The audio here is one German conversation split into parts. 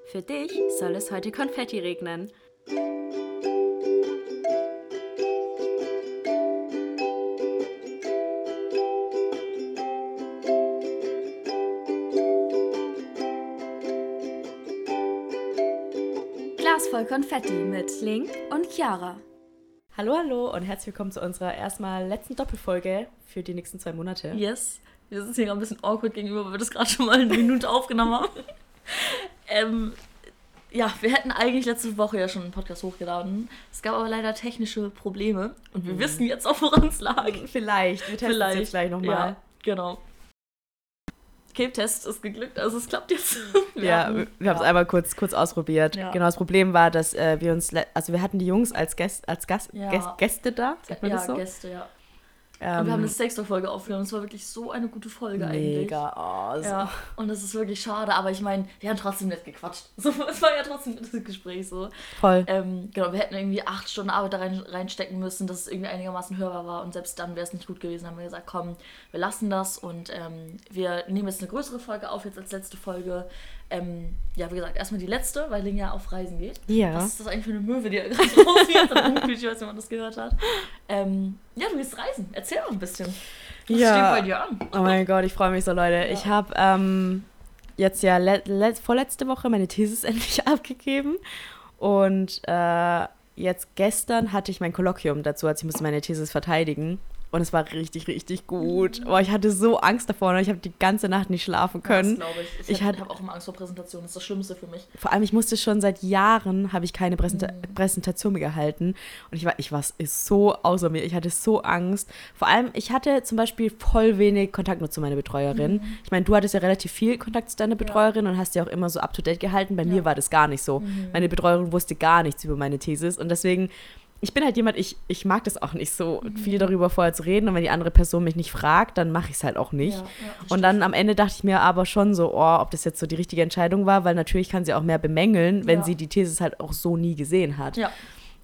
Für dich soll es heute Konfetti regnen. Glas voll Konfetti mit Link und Chiara. Hallo und herzlich willkommen zu unserer erstmal letzten Doppelfolge für die nächsten 2 Monate. Yes, wir sind hier gerade ein bisschen awkward gegenüber, weil wir das gerade schon mal eine Minute aufgenommen haben. Ja, wir hätten eigentlich letzte Woche ja schon einen Podcast hochgeladen. Es gab aber leider technische Probleme und wir wissen jetzt auch, woran es lag. Vielleicht, wir testen es jetzt gleich nochmal. Ja, genau. Test ist geglückt, also es klappt jetzt. Wir haben es einmal kurz ausprobiert. Ja. Genau, das Problem war, dass wir hatten die Jungs als Gäste da, sagt man das so? Gäste, ja. Und wir haben eine Sextalk-Folge aufgenommen. Es war wirklich so eine gute Folge eigentlich. Mega. Ja, und das ist wirklich schade, aber ich meine, wir haben trotzdem nett gequatscht. So, es war ja trotzdem ein nettes Gespräch. So. Voll. Genau, wir hätten irgendwie 8 Stunden Arbeit da reinstecken müssen, dass es irgendwie einigermaßen hörbar war und selbst dann wäre es nicht gut gewesen. Haben wir gesagt, komm, wir lassen das und wir nehmen jetzt eine größere Folge auf, jetzt als letzte Folge. Ja, wie gesagt, erstmal die letzte, weil Ling ja auf Reisen geht. Ja. Was ist das eigentlich für eine Möwe, die gerade rausgeht? Ich weiß nicht, ob man das gehört hat. Ja, du gehst reisen. Erzähl mal ein bisschen. Was steht bei dir an? Oh mein Gott, ich freue mich so, Leute. Ja. Ich habe jetzt ja vorletzte Woche meine Thesis endlich abgegeben und jetzt gestern hatte ich mein Kolloquium dazu, als ich musste meine Thesis verteidigen. Und es war richtig, richtig gut. Boah, ich hatte so Angst davor und ich habe die ganze Nacht nicht schlafen können. Das glaube ich. Ich habe auch immer Angst vor Präsentationen. Das ist das Schlimmste für mich. Vor allem, ich musste schon seit Jahren, habe ich keine Präsentation mehr gehalten. Und ich war so außer mir. Ich hatte so Angst. Vor allem, ich hatte zum Beispiel voll wenig Kontakt nur zu meiner Betreuerin. Ich meine, du hattest ja relativ viel Kontakt zu deiner Betreuerin und hast ja auch immer so up-to-date gehalten. Bei mir war das gar nicht so. Meine Betreuerin wusste gar nichts über meine Thesis. Und deswegen... Ich bin halt jemand, ich mag das auch nicht so, viel darüber vorher zu reden. Und wenn die andere Person mich nicht fragt, dann mache ich es halt auch nicht. Ja, und dann am Ende dachte ich mir aber schon so, ob das jetzt so die richtige Entscheidung war, weil natürlich kann sie auch mehr bemängeln, wenn sie die Thesis halt auch so nie gesehen hat. Ja.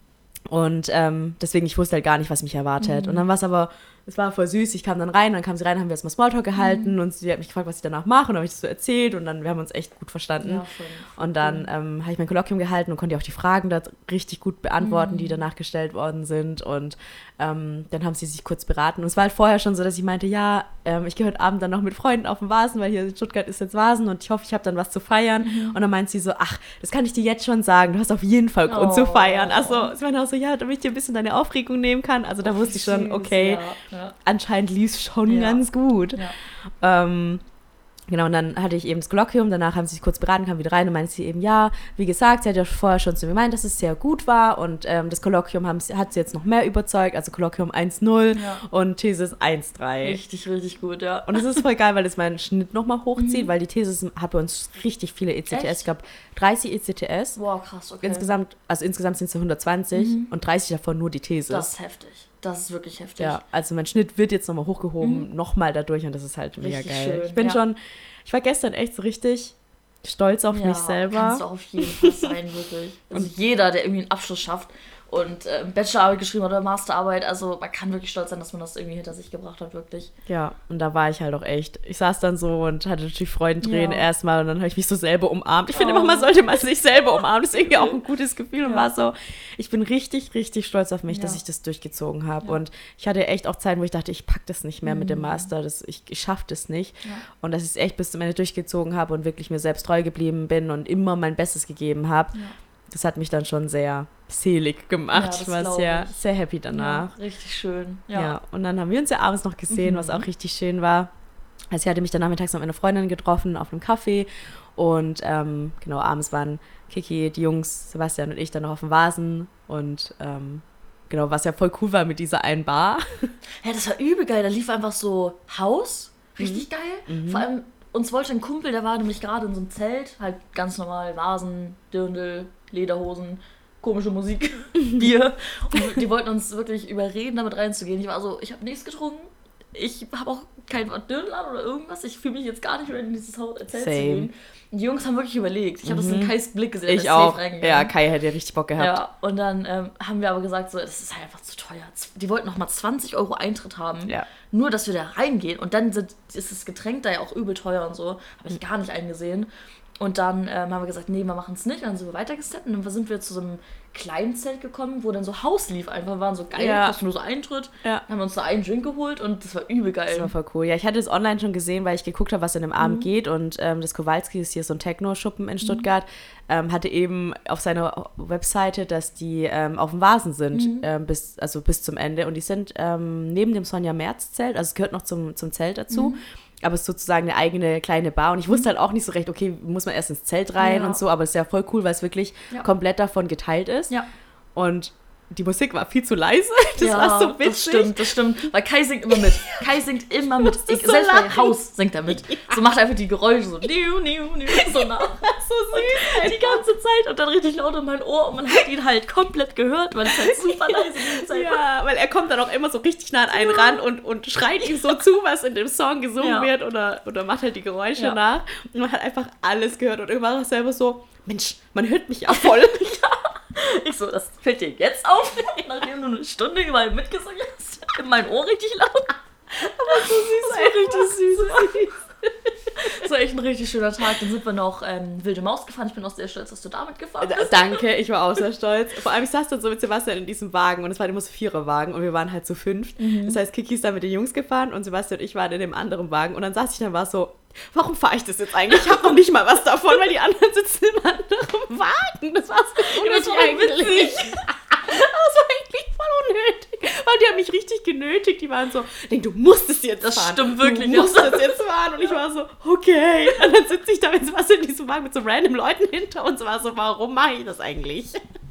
Und deswegen, ich wusste halt gar nicht, was mich erwartet. Und dann war es war voll süß, ich kam dann rein, haben wir erstmal Smalltalk gehalten und sie hat mich gefragt, was ich danach mache und habe ich das so erzählt und dann, wir haben uns echt gut verstanden. Ja, und dann habe ich mein Kolloquium gehalten und konnte auch die Fragen da richtig gut beantworten, die danach gestellt worden sind und dann haben sie sich kurz beraten und es war halt vorher schon so, dass ich meinte, ja, ich gehe heute Abend dann noch mit Freunden auf den Vasen, weil hier in Stuttgart ist jetzt Vasen und ich hoffe, ich habe dann was zu feiern und dann meint sie so, ach, das kann ich dir jetzt schon sagen, du hast auf jeden Fall Grund zu feiern. Also sie meinte auch so, ja, damit ich dir ein bisschen deine Aufregung nehmen kann, also da wusste ich schon, okay, anscheinend lief es schon ganz gut. Ja. Genau, und dann hatte ich eben das Kolloquium, danach haben sie sich kurz beraten, kam wieder rein und meinte sie eben, ja, wie gesagt, sie hat ja vorher schon zu mir gemeint, dass es sehr gut war und das Kolloquium hat sie jetzt noch mehr überzeugt, also Kolloquium 1,0 und Thesis 1,3. Richtig, richtig gut, ja. Und es ist voll geil, weil es meinen Schnitt nochmal hochzieht, weil die Thesis hat bei uns richtig viele ECTS. Echt? Ich glaube, 30 ECTS. Wow, krass, okay. Insgesamt sind es 120 und 30 davon nur die Thesis. Das ist heftig. Das ist wirklich heftig. Ja, also mein Schnitt wird jetzt nochmal hochgehoben, nochmal dadurch und das ist halt mega richtig geil. Schön, Ich war gestern echt so richtig stolz auf mich selber. Kannst du auf jeden Fall sein, wirklich. Also jeder, der irgendwie einen Abschluss schafft und Bachelorarbeit geschrieben hat oder Masterarbeit, also man kann wirklich stolz sein, dass man das irgendwie hinter sich gebracht hat, wirklich. Ja, und da war ich halt auch echt. Ich saß dann so und hatte natürlich Freudentränen erstmal und dann habe ich mich so selber umarmt. Ich finde immer, man sollte mal sich selber umarmen. Das ist irgendwie auch ein gutes Gefühl und war so, ich bin richtig, richtig stolz auf mich, dass ich das durchgezogen habe. Und ich hatte echt auch Zeiten, wo ich dachte, ich packe das nicht mehr mit dem Master, ich schaffe das nicht. Ja. Und dass ich es echt bis zum Ende durchgezogen habe und wirklich mir selbst treu geblieben bin und immer mein Bestes gegeben habe. Ja. Das hat mich dann schon sehr selig gemacht. Ich war sehr, sehr happy danach. Ja, richtig schön. Ja, und dann haben wir uns ja abends noch gesehen, was auch richtig schön war. Also ich hatte mich dann nachmittags mit meiner Freundin getroffen auf einem Café und genau, abends waren Kiki, die Jungs, Sebastian und ich dann noch auf dem Vasen und genau, was ja voll cool war mit dieser einen Bar. Ja, das war übel geil. Da lief einfach so Haus, richtig geil. Vor allem, uns wollte ein Kumpel, der war nämlich gerade in so einem Zelt, halt ganz normal Vasen, Dirndl, Lederhosen, komische Musik, Bier. Und die wollten uns wirklich überreden, damit reinzugehen. Ich war so, ich habe nichts getrunken. Ich habe auch kein Dirndl an oder irgendwas. Ich fühle mich jetzt gar nicht mehr in dieses Haus erzählt zu gehen. Und die Jungs haben wirklich überlegt. Ich habe das in Kais Blick gesehen. Ich auch. Ja, Kai hätte ja richtig Bock gehabt. Ja, und dann haben wir aber gesagt, so, das ist halt einfach zu teuer. Die wollten nochmal 20 € Eintritt haben. Ja. Nur, dass wir da reingehen. Und dann ist das Getränk da ja auch übel teuer und so. Habe ich gar nicht eingesehen. Und dann haben wir gesagt, nee, wir machen es nicht. Und dann sind wir weitergesteppt und dann sind wir zu so einem kleinen Zelt gekommen, wo dann so Haus lief einfach. Wir waren so geil, kostenloser Eintritt. Ja. Dann haben wir uns da einen Drink geholt und das war übel geil. Das war voll cool. Ja, ich hatte es online schon gesehen, weil ich geguckt habe, was in dem Abend geht. Und das Kowalski ist hier so ein Techno-Schuppen in Stuttgart, hatte eben auf seiner Webseite, dass die auf dem Vasen sind, bis zum Ende. Und die sind neben dem Sonja-Merz-Zelt, also es gehört noch zum Zelt dazu. Aber es ist sozusagen eine eigene kleine Bar. Und ich wusste halt auch nicht so recht, okay, muss man erst ins Zelt rein und so. Aber es ist ja voll cool, weil es wirklich komplett davon geteilt ist. Ja. Und die Musik war viel zu leise. Das war so witzig. Das stimmt. Weil Kai singt immer mit. Selbst bei Haus singt er mit. So macht er einfach die Geräusche so. So nach. So süß. Die ganze Zeit und dann richtig laut in mein Ohr. Und man hat ihn halt komplett gehört, weil es halt super leise die Zeit war. Ja, weil er kommt dann auch immer so richtig nah an einen ran und schreit ihm so zu, was in dem Song gesungen wird oder macht halt die Geräusche nach. Und man hat einfach alles gehört und irgendwann war es selber so, Mensch, man hört mich ja voll. Ich so, das fällt dir jetzt auf, nachdem du eine Stunde überall mitgesungen hast. In mein Ohr richtig laut. Aber so süß, das war richtig süß. Das war echt ein richtig schöner Tag. Dann sind wir noch Wilde Maus gefahren. Ich bin auch sehr stolz, dass du damit gefahren bist. Danke, ich war auch sehr stolz. Vor allem, ich saß dann so mit Sebastian in diesem Wagen und es waren immer so 4er-Wagen und wir waren halt zu 5. Das heißt, Kiki ist dann mit den Jungs gefahren und Sebastian und ich waren in dem anderen Wagen und dann saß ich dann, war so, warum fahre ich das jetzt eigentlich? Ich habe noch nicht mal was davon, weil die anderen sitzen im anderen Wagen. Das war so unnötig eigentlich. Das war eigentlich voll unnötig. Weil die haben mich richtig genötigt. Die waren so, du musst es jetzt fahren. Das stimmt wirklich. Du musst es jetzt fahren. Und ich war so, okay. Und dann sitze ich da mit was in diesem Wagen mit so random Leuten hinter uns. War so, warum mache ich das eigentlich?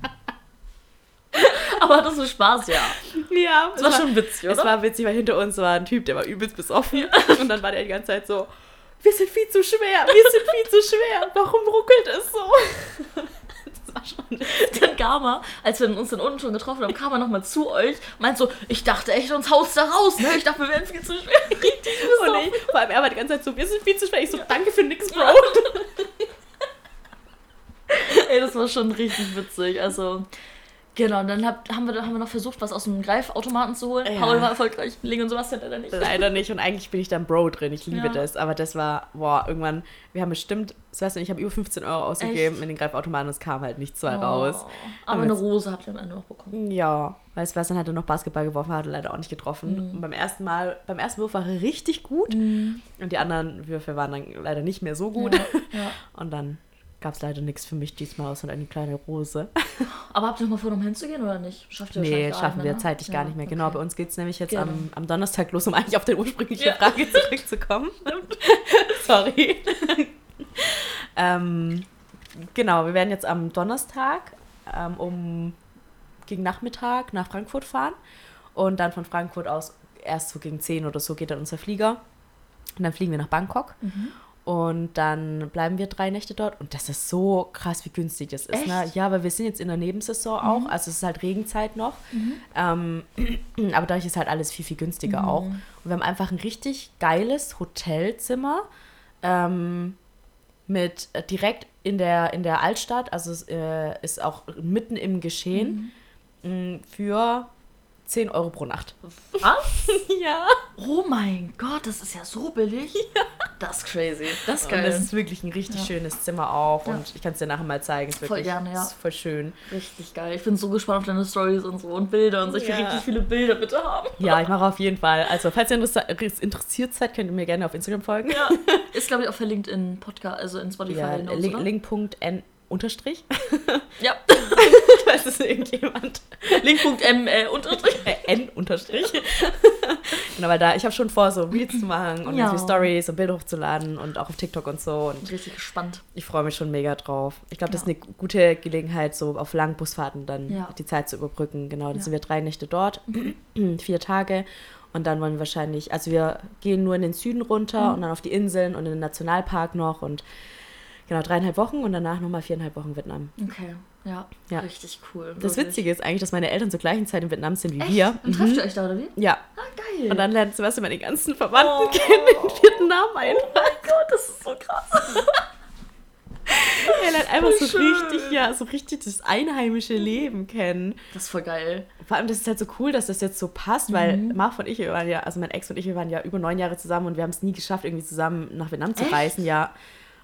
Aber hattest du Spaß, ja. Ja. Es war schon witzig, oder? Es war witzig, weil hinter uns war ein Typ, der war übelst besoffen. Und dann war der die ganze Zeit so, wir sind viel zu schwer. Warum ruckelt es so? Das war schon dann kam er, als wir uns dann unten schon getroffen haben, kam er nochmal zu euch, meint so, ich dachte echt, uns haust da raus, ne? Ich dachte, wir wären viel zu schwer. Und vor allem er war die ganze Zeit so, wir sind viel zu schwer. Ich so, danke für nix, Bro. Ey, das war schon richtig witzig, also... Genau, und dann haben wir noch versucht, was aus dem Greifautomaten zu holen. Ja. Paul war erfolgreich, Ling und Sebastian leider nicht. Leider nicht und eigentlich bin ich dann Bro drin, ich liebe das. Aber das war, irgendwann, wir haben bestimmt, Sebastian und ich haben über 15 Euro ausgegeben in den Greifautomaten und es kam halt nichts mehr raus. Aber eine Rose habt ihr am Ende noch bekommen. Ja, weil Sebastian hatte noch Basketball geworfen, hat leider auch nicht getroffen. Und beim ersten Wurf war er richtig gut und die anderen Würfe waren dann leider nicht mehr so gut. Ja. Und dann gab es leider nichts für mich diesmal, außer eine kleine Rose. Aber habt ihr noch mal vor, um hinzugehen oder nicht? Schafft ihr Nee, schaffen wir zeitlich gar nicht mehr. Genau, bei uns geht es nämlich jetzt am Donnerstag los, um eigentlich auf die ursprüngliche Frage zurückzukommen. Sorry. Genau, wir werden jetzt am Donnerstag gegen Nachmittag nach Frankfurt fahren und dann von Frankfurt aus erst so gegen 10 oder so geht dann unser Flieger und dann fliegen wir nach Bangkok. Und dann bleiben wir 3 Nächte dort. Und das ist so krass, wie günstig das ist. Ne? Ja, weil wir sind jetzt in der Nebensaison auch. Also es ist halt Regenzeit noch. Aber dadurch ist halt alles viel, viel günstiger auch. Und wir haben einfach ein richtig geiles Hotelzimmer mit direkt in der Altstadt. Also es ist auch mitten im Geschehen für 10 Euro pro Nacht. Was? Ja. Oh mein Gott, das ist ja so billig. Ja. Das ist crazy. Das ist geil. Und das ist wirklich ein richtig schönes Zimmer auch. Und ich kann es dir nachher mal zeigen. Es ist wirklich, voll gerne, ja. ist voll schön. Richtig geil. Ich bin so gespannt auf deine Stories und so und Bilder und so. Ich will richtig viele Bilder bitte haben. Ja, ich mache auf jeden Fall. Also, falls ihr interessiert seid, könnt ihr mir gerne auf Instagram folgen. Ja. Ist, glaube ich, auch verlinkt in Podcast, also in Spotify. Ja, link.n_. Ja. Ich weiß, das ist irgendjemand. Link.m_. N_. Genau, weil ich habe schon vor, so Reels zu machen und ganz viele Stories und Bilder hochzuladen und auch auf TikTok und so. Und richtig gespannt. Ich freue mich schon mega drauf. Ich glaube, das ist eine gute Gelegenheit, so auf langen Busfahrten dann die Zeit zu überbrücken. Genau, dann sind wir 3 Nächte dort, 4 Tage. Und dann wollen wir wahrscheinlich, also wir gehen nur in den Süden runter und dann auf die Inseln und in den Nationalpark noch und genau 3,5 Wochen und danach nochmal 4,5 Wochen Vietnam. Okay, ja. Richtig cool. Wirklich. Das Witzige ist eigentlich, dass meine Eltern zur gleichen Zeit in Vietnam sind wie wir. Und trefft ihr euch da, oder wie? Ja. Ah, geil. Und dann lernt Sebastian meine ganzen Verwandten kennen in Vietnam einfach. Oh mein Gott, das ist so krass. Er lernt einfach so richtig das einheimische Leben kennen. Das ist voll geil. Vor allem, das ist halt so cool, dass das jetzt so passt, weil Marv und ich, wir waren ja, also mein Ex und ich, wir waren ja über 9 Jahre zusammen und wir haben es nie geschafft, irgendwie zusammen nach Vietnam zu reisen, ja.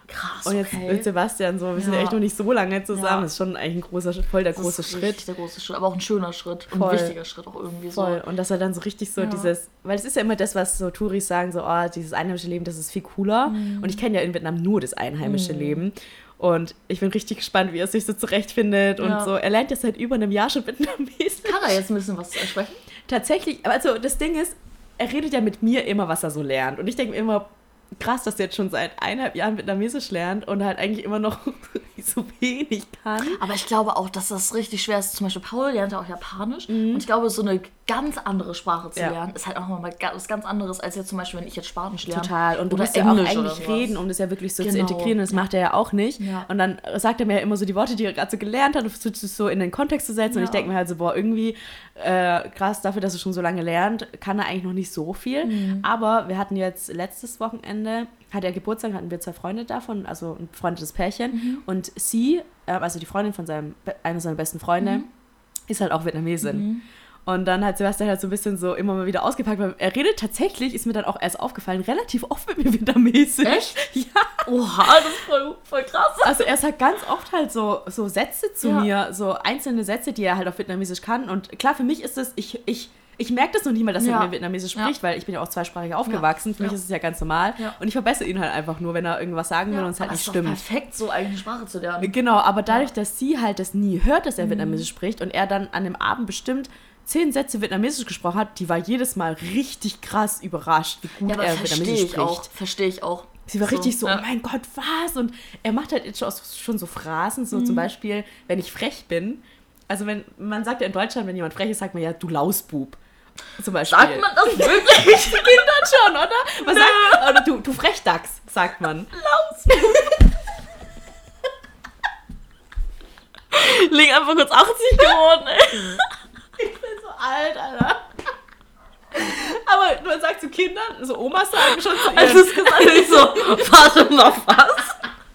Krass, Und jetzt okay. mit Sebastian so, wir sind ja echt noch nicht so lange zusammen. Ja. Das ist schon eigentlich voll der große Das ist Schritt. richtig der große Schritt, aber auch ein schöner Schritt und Voll. ein wichtiger Schritt auch irgendwie Voll. so. Und dass er dann so richtig so Ja. dieses, weil es ist ja immer das, was so Touris sagen, so, oh, dieses einheimische Leben, das ist viel cooler. Und ich kenne ja in Vietnam nur das einheimische Leben. Und ich bin richtig gespannt, wie er sich so zurechtfindet und Ja. so. Er lernt ja seit über einem Jahr schon Vietnamesisch. Kann er jetzt ein bisschen was sprechen? Tatsächlich, also das Ding ist, er redet ja mit mir immer, was er so lernt. Und ich denke mir immer, krass, dass der jetzt schon seit 1,5 Jahren Vietnamesisch lernt und halt eigentlich immer noch so wenig kann. Aber ich glaube auch, dass das richtig schwer ist. Zum Beispiel Paul lernt ja auch Japanisch. Und ich glaube, so eine ganz andere Sprache zu Ja. lernen, ist halt auch nochmal was ganz anderes, als jetzt zum Beispiel, wenn ich jetzt Spanisch lerne. Total. Und du oder musst ja auch Englisch oder eigentlich sowas. reden, um das ja wirklich so zu Genau. integrieren. Und das macht er ja auch nicht. Ja. Und dann sagt er mir ja immer so die Worte, die er gerade so gelernt hat, und versucht es so in den Kontext zu setzen. Und ich Ja. denke mir halt so, boah, irgendwie krass, dafür, dass er schon so lange lernt, kann er eigentlich noch nicht so viel. Aber wir hatten jetzt letztes Wochenende, hat er Geburtstag, hatten wir 2 Freunde davon, also ein befreundetes Pärchen. Und sie, also die Freundin von einer seiner besten Freunde, ist halt auch Vietnamesin. Und dann hat Sebastian halt so ein bisschen so immer mal wieder ausgepackt, weil er redet tatsächlich, ist mir dann auch erst aufgefallen, relativ oft mit mir Vietnamesisch. Echt? Ja. Oha, das ist voll krass. Also er sagt ganz oft halt so Sätze zu Ja. mir, so einzelne Sätze, die er halt auf Vietnamesisch kann. Und klar, für mich ist das, ich merke das noch nicht mal, dass er Ja. mit mir Vietnamesisch spricht, weil ich bin ja auch zweisprachig aufgewachsen. Für mich Ja. ist es ja ganz normal. Ja. Und ich verbessere ihn halt einfach nur, wenn er irgendwas sagen will und es halt aber nicht ist doch stimmt. perfekt, so eigene Sprache zu lernen. Genau, aber dadurch, dass sie halt das nie hört, dass er Vietnamesisch spricht und er dann an dem Abend bestimmt 10 Sätze Vietnamesisch gesprochen hat, die war jedes Mal richtig krass überrascht, wie gut Ja, aber er verstehe Vietnamesisch ich spricht. auch. Verstehe ich auch. Sie war richtig so, ja. oh mein Gott, was? Und er macht halt jetzt schon so Phrasen, so zum Beispiel, wenn ich frech bin. Also wenn man sagt ja in Deutschland, wenn jemand frech ist, sagt man ja, du Lausbub. Zum Beispiel. Sagt man das wirklich? Die Kinder schon, oder? Man sagt, oder du Frechdachs, sagt man. Ling einfach kurz 80 geworden, ey. Ich bin so alt, Alter. Aber man sagt zu Kindern, so Omas sagen schon zu Als ihren, du es gesagt hast, ich so, warte mal, was?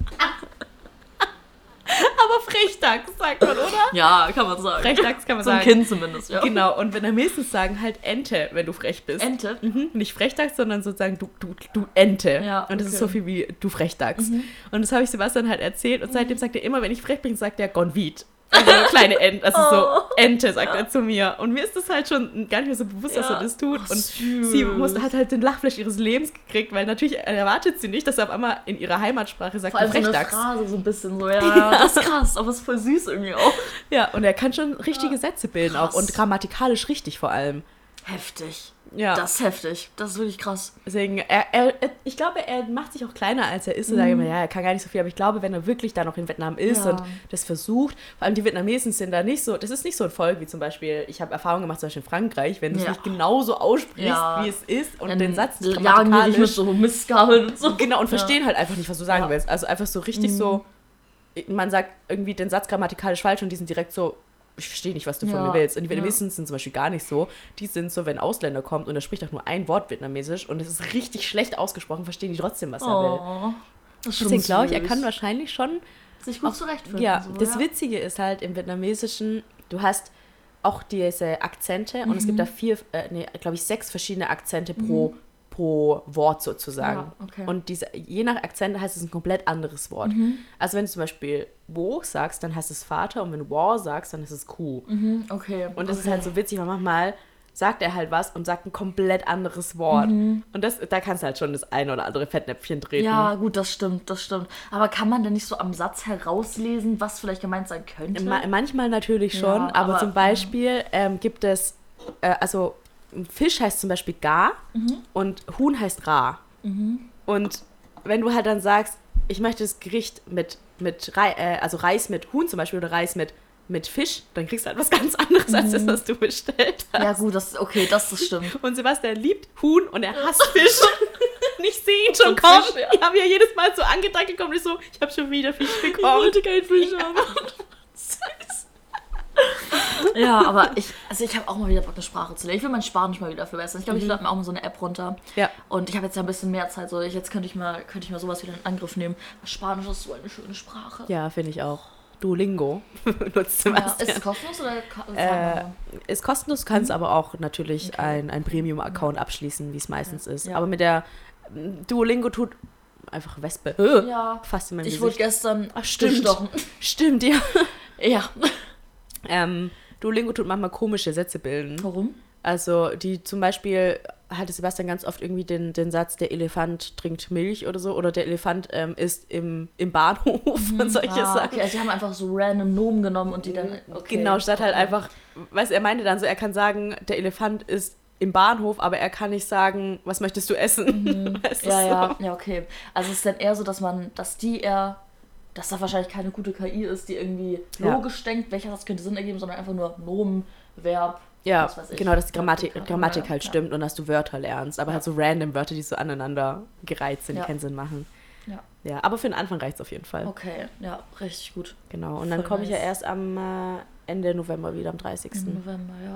aber Frechdachs sagt man, oder? Ja, kann man sagen. Frechdachs kann man Zum sagen. Kind zumindest, ja. Genau, und Vietnamesen sagen halt Ente, wenn du frech bist. Ente? Nicht Frechdachs, sondern sozusagen du Ente. Ja, und das ist okay. so viel wie du Frechdachs. Und das habe ich Sebastian halt erzählt und seitdem sagt er immer, wenn ich frech bin, sagt er Gonvit. Also kleine Ente, also so Ente, sagt er zu mir. Und mir ist das halt schon gar nicht mehr so bewusst, dass Ja. er das tut. Oh, Und süß. sie hat halt den Lachflash ihres Lebens gekriegt, weil natürlich erwartet sie nicht, dass er auf einmal in ihrer Heimatsprache sagt, Vor du allem so eine Frechdachs. Phrase, so ein bisschen so, ja, das ist krass, aber es ist voll süß irgendwie auch. Ja, und er kann schon richtige Sätze bilden auch Krass. und grammatikalisch richtig vor allem. Heftig. Ja. Das ist heftig. Das ist wirklich krass. Deswegen, ich glaube, er macht sich auch kleiner, als er ist. Und sage immer, ja, er kann gar nicht so viel. Aber ich glaube, wenn er wirklich da noch in Vietnam ist Ja. und das versucht, vor allem die Vietnamesen sind da nicht so, das ist nicht so ein Volk wie zum Beispiel, ich habe Erfahrungen gemacht, zum Beispiel in Frankreich, wenn du es Ja. nicht genauso aussprichst, Ja. wie es ist und Dann den Satz jagen die dich mit grammatikalisch, so Mistgabeln und so. genau, und verstehen halt einfach nicht, was du sagen Ja. willst. Also einfach so richtig so, man sagt irgendwie den Satz grammatikalisch falsch und die sind direkt so, ich verstehe nicht, was du von Ja. mir willst. Und die Ja. Vietnamesen sind zum Beispiel gar nicht so. Die sind so, wenn ein Ausländer kommt und er spricht auch nur ein Wort Vietnamesisch und es ist richtig schlecht ausgesprochen, verstehen die trotzdem, was er will. Oh, das ist schon Deswegen glaube ich, er süß. kann wahrscheinlich schon. sich gut zurechtfinden. Ja, so, das ja. Witzige ist halt im Vietnamesischen, du hast auch diese Akzente und es gibt da 6 verschiedene Akzente pro Wort sozusagen. Ja, okay. Und je nach Akzent heißt es ein komplett anderes Wort. Also wenn du zum Beispiel Bo sagst, dann heißt es Vater und wenn du War sagst, dann ist es Kuh. Okay. Und das ist halt so witzig, weil manchmal sagt er halt was und sagt ein komplett anderes Wort. Und da kannst du halt schon das eine oder andere Fettnäpfchen treten. Ja, gut, das stimmt. Aber kann man denn nicht so am Satz herauslesen, was vielleicht gemeint sein könnte? Manchmal natürlich schon, Ja, aber aber- zum Beispiel gibt es, also ein Fisch heißt zum Beispiel Gar und Huhn heißt Ra. Und wenn du halt dann sagst, ich möchte das Gericht mit Reis mit Huhn zum Beispiel oder Reis mit Fisch, dann kriegst du halt was ganz anderes als das, was du bestellt hast. Ja, gut, das stimmt. Und Sebastian liebt Huhn und er hasst Fisch. Und ich sehe ihn schon So kommen. Fisch, ja. Ich habe ja jedes Mal so angedacht gekommen, ich so, ich habe schon wieder Fisch bekommen. keinen Fisch haben. Ja, aber ich habe auch mal wieder Bock, eine Sprache zu lernen. Ich will mein Spanisch mal wieder verbessern. Ich glaube, ich lade mir auch mal so eine App runter. Ja. Und ich habe jetzt ja ein bisschen mehr Zeit. So, jetzt könnte ich mal sowas wieder in Angriff nehmen. Spanisch ist so eine schöne Sprache. Ja, finde ich auch. Duolingo nutzt Ja, Sebastian. ist es kostenlos oder Ist kostenlos, kannst aber auch natürlich ein Premium-Account abschließen, wie es meistens ist. Ja. Aber mit der Duolingo tut einfach Wespe. Ja. Fast in mein Ich Gesicht. wurde gestern Stimmt. gestochen. Stimmt, ja. Ja. Duolingo tut manchmal komische Sätze bilden. Warum? Also die zum Beispiel hatte Sebastian ganz oft irgendwie den Satz, der Elefant trinkt Milch oder so, oder der Elefant ist im Bahnhof und solche Sachen. Okay, also die haben einfach so random Nomen genommen und die dann... Okay. Genau, statt halt einfach, weißt du, er meinte dann so, er kann sagen, der Elefant ist im Bahnhof, aber er kann nicht sagen, was möchtest du essen? Weißt du, Ja, so. ja, okay. Also es ist dann eher so, dass da wahrscheinlich keine gute KI ist, die irgendwie Ja. logisch denkt, welcher Satz könnte Sinn ergeben, sondern einfach nur Nomen, Verb, Ja, was weiß ich. genau, dass die Grammatik Ja. halt stimmt und dass du Wörter lernst, aber halt so random Wörter, die so aneinander gereiht sind, Ja. die keinen Sinn machen. Ja. Ja, aber für den Anfang reicht es auf jeden Fall. Okay, ja, richtig gut. Genau, und dann Voll komme ich ja nice. erst am Ende November wieder, am 30. Im November, ja.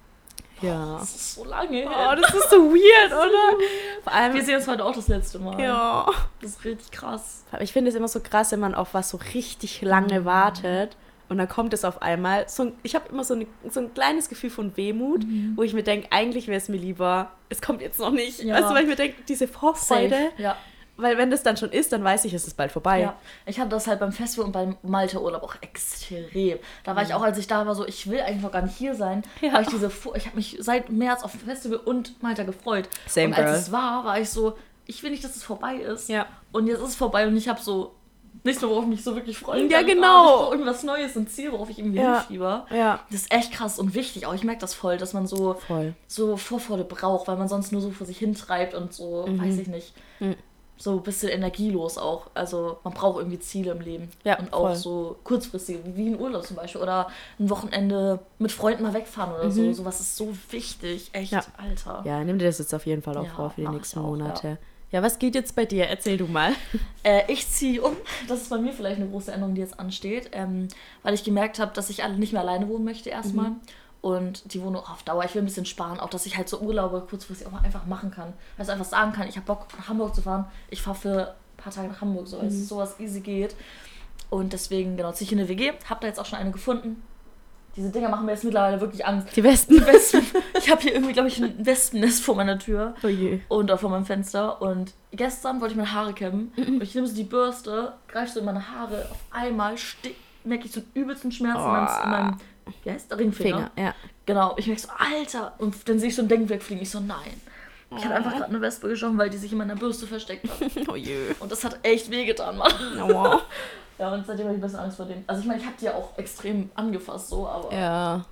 Ja. Das ist so lange her. Oh, das ist so weird, oder? Vor allem, Wir sehen uns heute auch das letzte Mal. ja. Das ist richtig krass. Ich finde es immer so krass, wenn man auf was so richtig lange wartet und dann kommt es auf einmal. Ich habe immer so ein kleines Gefühl von Wehmut, wo ich mir denke, eigentlich wäre es mir lieber, es kommt jetzt noch nicht. Ja. Weißt du, weil ich mir denke, diese Vorfreude, Safe, ja. weil wenn das dann schon ist, dann weiß ich, es ist bald vorbei. Ja, ich hatte das halt beim Festival und beim Malta-Urlaub auch extrem. Da war ich auch, als ich da war, so, ich will eigentlich noch gar nicht hier sein, Ja. weil ich habe mich seit März auf Festival und Malta gefreut. Same und als girl. es war ich so, ich will nicht, dass es vorbei ist. Ja. Und jetzt ist es vorbei und ich habe so nichts mehr, worauf ich mich so wirklich freuen Ja, kann. genau. Ich brauche irgendwas Neues, ein Ziel, worauf ich irgendwie Ja. hinfieber. Ja. Das ist echt krass und wichtig. Auch ich merke das voll, dass man so Vorfreude braucht, weil man sonst nur so vor sich hintreibt und so, weiß ich nicht, so ein bisschen energielos auch. Also man braucht irgendwie Ziele im Leben. Ja, und auch voll. so kurzfristige, wie ein Urlaub zum Beispiel. Oder ein Wochenende mit Freunden mal wegfahren oder so. Sowas ist so wichtig. Echt, Ja. Alter. Ja, nimm dir das jetzt auf jeden Fall auch Ja, vor für die mach nächsten ich auch, Monate. Ja, was geht jetzt bei dir? Erzähl du mal. Ich ziehe um. Das ist bei mir vielleicht eine große Änderung, die jetzt ansteht. Weil ich gemerkt habe, dass ich nicht mehr alleine wohnen möchte erstmal. Und die Wohnung auf Dauer. Ich will ein bisschen sparen. Auch, dass ich halt so Urlaube kurzfristig auch mal einfach machen kann. Also einfach sagen kann, ich habe Bock nach Hamburg zu fahren. Ich fahre für ein paar Tage nach Hamburg, so, als sowas easy geht. Und deswegen, genau, ziehe ich in eine WG. Hab da jetzt auch schon eine gefunden. Diese Dinger machen mir jetzt mittlerweile wirklich Angst. Die Westen. Wespen. Ich habe hier irgendwie, glaube ich, ein Wespennest vor meiner Tür. Oh je. Und auch vor meinem Fenster. Und gestern wollte ich meine Haare kämmen. Und ich nehme so die Bürste, greife so in meine Haare. Auf einmal merke ich so einen übelsten Schmerz in meinem, wie heißt der, Ringfinger. Finger, ja. Genau. Ich merke so, Alter. Und dann sehe ich so ein Ding wegfliegen. Ich so, nein. Ich hatte einfach gerade eine Wespe geschossen, weil die sich in meiner Bürste versteckt hat. Oh je. Und das hat echt wehgetan, Mann. Oh, wow. Ja, und seitdem habe ich ein bisschen Angst vor dem. Also ich meine, ich habe die ja auch extrem angefasst, so, aber Ja.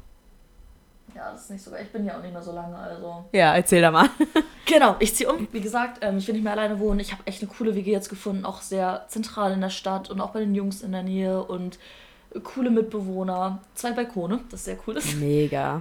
ja, das ist nicht so geil. Ich bin ja auch nicht mehr so lange, also. Ja, erzähl da mal. Genau, ich ziehe um. Wie gesagt, ich will nicht mehr alleine wohnen. Ich habe echt eine coole WG jetzt gefunden, auch sehr zentral in der Stadt und auch bei den Jungs in der Nähe und coole Mitbewohner. 2 Balkone, das sehr cool ist. Mega.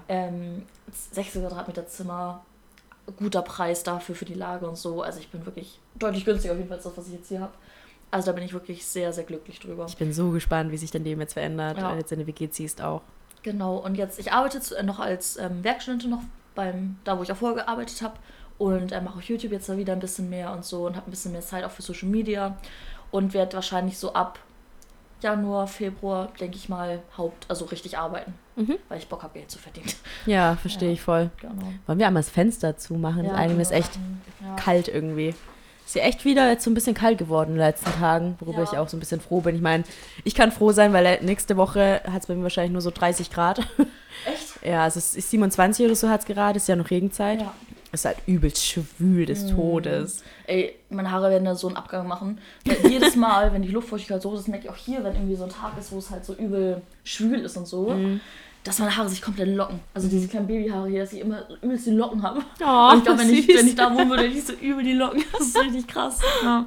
6 Quadratmeter Zimmer, guter Preis dafür für die Lage und so. Also ich bin wirklich deutlich günstiger auf jeden Fall als das, was ich jetzt hier habe. Also da bin ich wirklich sehr, sehr glücklich drüber. Ich bin so gespannt, wie sich dein Leben jetzt verändert, Ja. wenn du jetzt in die WG ziehst auch. Genau, und jetzt, ich arbeite noch als Werkstudentin noch da, wo ich auch vorher gearbeitet habe. Und mache auch YouTube jetzt da wieder ein bisschen mehr und so und habe ein bisschen mehr Zeit auch für Social Media. Und werde wahrscheinlich so ab Januar, Februar, denke ich mal, also richtig arbeiten. Weil ich Bock habe, Geld zu verdienen. Ja, verstehe ich voll. Genau. Wollen wir einmal das Fenster zumachen? Ja, Eigentlich ist echt ja. kalt irgendwie. Ist ja echt wieder jetzt so ein bisschen kalt geworden in den letzten Tagen, worüber Ja. ich auch so ein bisschen froh bin. Ich meine, ich kann froh sein, weil nächste Woche hat es bei mir wahrscheinlich nur so 30 Grad. Echt? Ja, also es ist 27 oder so hat es gerade, ist ja noch Regenzeit. Ja. Ist halt übelst schwül des Todes. Ey, meine Haare werden da so einen Abgang machen. Weil jedes Mal, wenn die Luftfeuchtigkeit so ist, das merke ich auch hier, wenn irgendwie so ein Tag ist, wo es halt so übel schwül ist und so, dass meine Haare sich komplett locken. Also diese kleinen Babyhaare hier, dass ich immer übelst die Locken habe. Oh, und ich glaube, wenn ich süß. da wohnen würde, hätte ich so übel die Locken. Das ist richtig krass. Ja.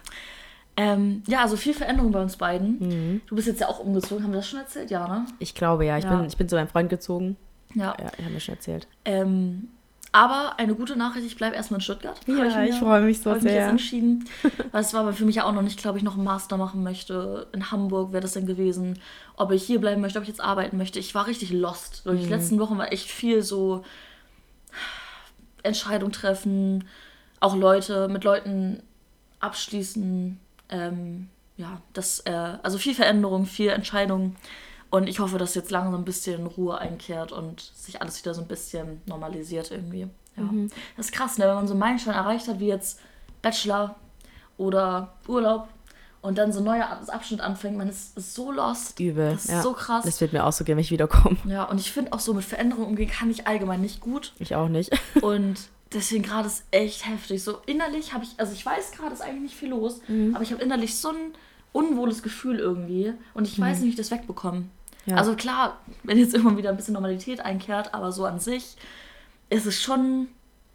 Ja, also viel Veränderung bei uns beiden. Du bist jetzt ja auch umgezogen, haben wir das schon erzählt? Ja, ne? Ich glaube ja, ich bin zu meinem Freund gezogen. Ja. Ja, haben wir schon erzählt. Aber eine gute Nachricht, ich bleibe erstmal in Stuttgart. Ich freue mich so Habe ich mich jetzt sehr. entschieden. Weil es war aber für mich ja auch noch nicht, glaube ich, noch einen Master machen möchte. In Hamburg wäre das dann gewesen. Ob ich hier bleiben möchte, ob ich jetzt arbeiten möchte. Ich war richtig lost. Die letzten Wochen war echt viel so Entscheidung treffen, auch mit Leuten abschließen. Also viel Veränderung, viel Entscheidung. Und ich hoffe, dass jetzt langsam ein bisschen Ruhe einkehrt und sich alles wieder so ein bisschen normalisiert irgendwie. Ja. Das ist krass, ne? Wenn man so einen Meilenstein erreicht hat, wie jetzt Bachelor oder Urlaub und dann so ein neuer Abschnitt anfängt, man ist so lost. Übel. Das ist so krass. Das wird mir auch so gehen, wenn ich wiederkomme. Ja, und ich finde auch so mit Veränderungen umgehen kann ich allgemein nicht gut. Ich auch nicht. Und deswegen gerade ist echt heftig. So innerlich habe ich, also ich weiß gerade ist eigentlich nicht viel los, aber ich habe innerlich so ein unwohles Gefühl irgendwie und ich weiß nicht, wie ich das wegbekomme. Ja. Also klar, wenn jetzt immer wieder ein bisschen Normalität einkehrt, aber so an sich ist es schon,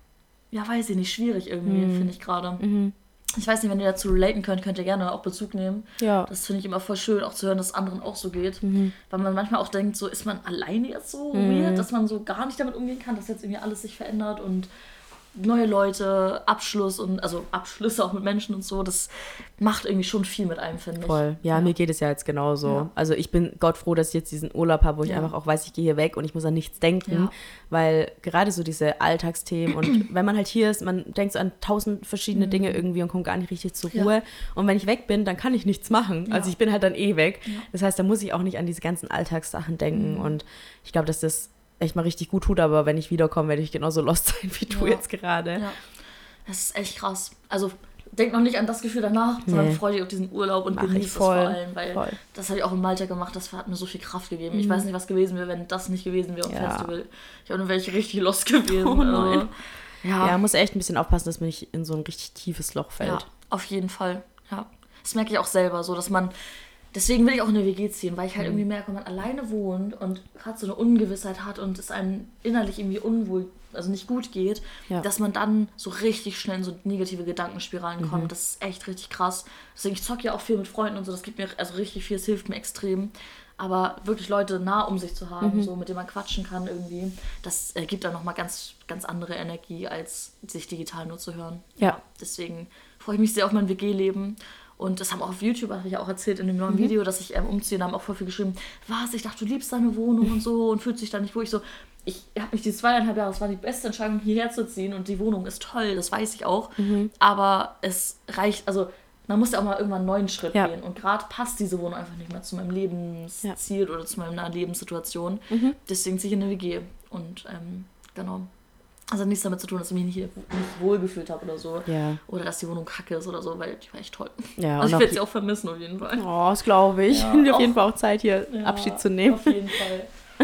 ja weiß ich nicht, schwierig irgendwie, finde ich gerade. Ich weiß nicht, wenn ihr dazu relaten könnt ihr gerne auch Bezug nehmen. Ja. Das finde ich immer voll schön, auch zu hören, dass es anderen auch so geht. Weil man manchmal auch denkt, so ist man alleine jetzt so weird, dass man so gar nicht damit umgehen kann, dass jetzt irgendwie alles sich verändert und neue Leute, Abschluss und also Abschlüsse auch mit Menschen und so, das macht irgendwie schon viel mit einem, finde ich. Voll. Ja, mir geht es ja jetzt genauso. Ja. Also ich bin Gott froh, dass ich jetzt diesen Urlaub habe, wo ich einfach auch weiß, ich gehe hier weg und ich muss an nichts denken, weil gerade so diese Alltagsthemen und wenn man halt hier ist, man denkt so an 1000 verschiedene Dinge irgendwie und kommt gar nicht richtig zur Ruhe und wenn ich weg bin, dann kann ich nichts machen. Also ich bin halt dann eh weg. Das heißt, da muss ich auch nicht an diese ganzen Alltagssachen denken und ich glaube, dass das echt mal richtig gut tut, aber wenn ich wiederkomme, werde ich genauso lost sein wie du jetzt gerade. Ja, das ist echt krass. Also denk noch nicht an das Gefühl danach, sondern freu dich auf diesen Urlaub und genieß es vor allem, weil das habe ich auch in Malta gemacht, das hat mir so viel Kraft gegeben. Ich weiß nicht, was gewesen wäre, wenn das nicht gewesen wäre am Festival. Ich glaube, dann wäre ich richtig lost gewesen. Oh nein. Ja, muss echt ein bisschen aufpassen, dass man nicht in so ein richtig tiefes Loch fällt. Ja, auf jeden Fall. Ja, das merke ich auch selber so, dass man deswegen will ich auch in eine WG ziehen, weil ich halt irgendwie merke, wenn man alleine wohnt und gerade so eine Ungewissheit hat und es einem innerlich irgendwie unwohl, also nicht gut geht, dass man dann so richtig schnell in so negative Gedankenspiralen kommt. Das ist echt richtig krass. Deswegen, ich zocke ja auch viel mit Freunden und so, das gibt mir also richtig viel, es hilft mir extrem. Aber wirklich Leute nah um sich zu haben, so mit denen man quatschen kann irgendwie, das gibt dann nochmal ganz, ganz andere Energie, als sich digital nur zu hören. Ja. Deswegen freue ich mich sehr auf mein WG-Leben. Und das haben auch auf YouTube, habe ich ja auch erzählt in dem neuen Video, dass ich umziehe, da haben auch voll viel geschrieben, was, ich dachte, du liebst deine Wohnung und so und fühlt sich da nicht wohl. Ich so, ich habe mich die 2,5 Jahre, es war die beste Entscheidung, hierher zu ziehen und die Wohnung ist toll, das weiß ich auch. Aber es reicht, also man muss ja auch mal irgendwann einen neuen Schritt gehen. Und gerade passt diese Wohnung einfach nicht mehr zu meinem Lebensziel oder zu meiner Lebenssituation. Deswegen ziehe ich in eine WG. Und genau. Also hat nichts damit zu tun, dass ich mich nicht wohlgefühlt habe oder so. Ja. Oder dass die Wohnung kacke ist oder so, weil die war echt toll. Ja, also ich werde sie auch vermissen auf jeden Fall. Oh, das glaube ich. Ja, auf jeden Fall auch Zeit, hier Abschied zu nehmen. Auf jeden Fall.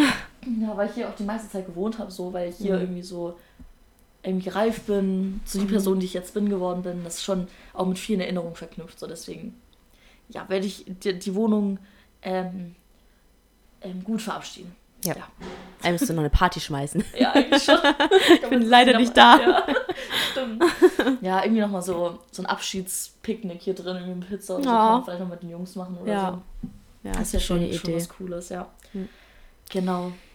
Ja, weil ich hier auch die meiste Zeit gewohnt habe, so, weil ich hier irgendwie so irgendwie reif bin, zu die Person, die ich jetzt geworden bin. Das ist schon auch mit vielen Erinnerungen verknüpft. So deswegen, ja, werde ich die Wohnung gut verabschieden. Ja. Eigentlich müsst du noch eine Party schmeißen. Ja, eigentlich schon. Ich bin leider nicht da. Ja, stimmt. Ja, irgendwie nochmal so ein Abschiedspicknick hier drin, irgendwie mit Pizza oder so. Kann man vielleicht noch mit den Jungs machen oder so. Ja, Das ist ja schon was Cooles, ja. Genau.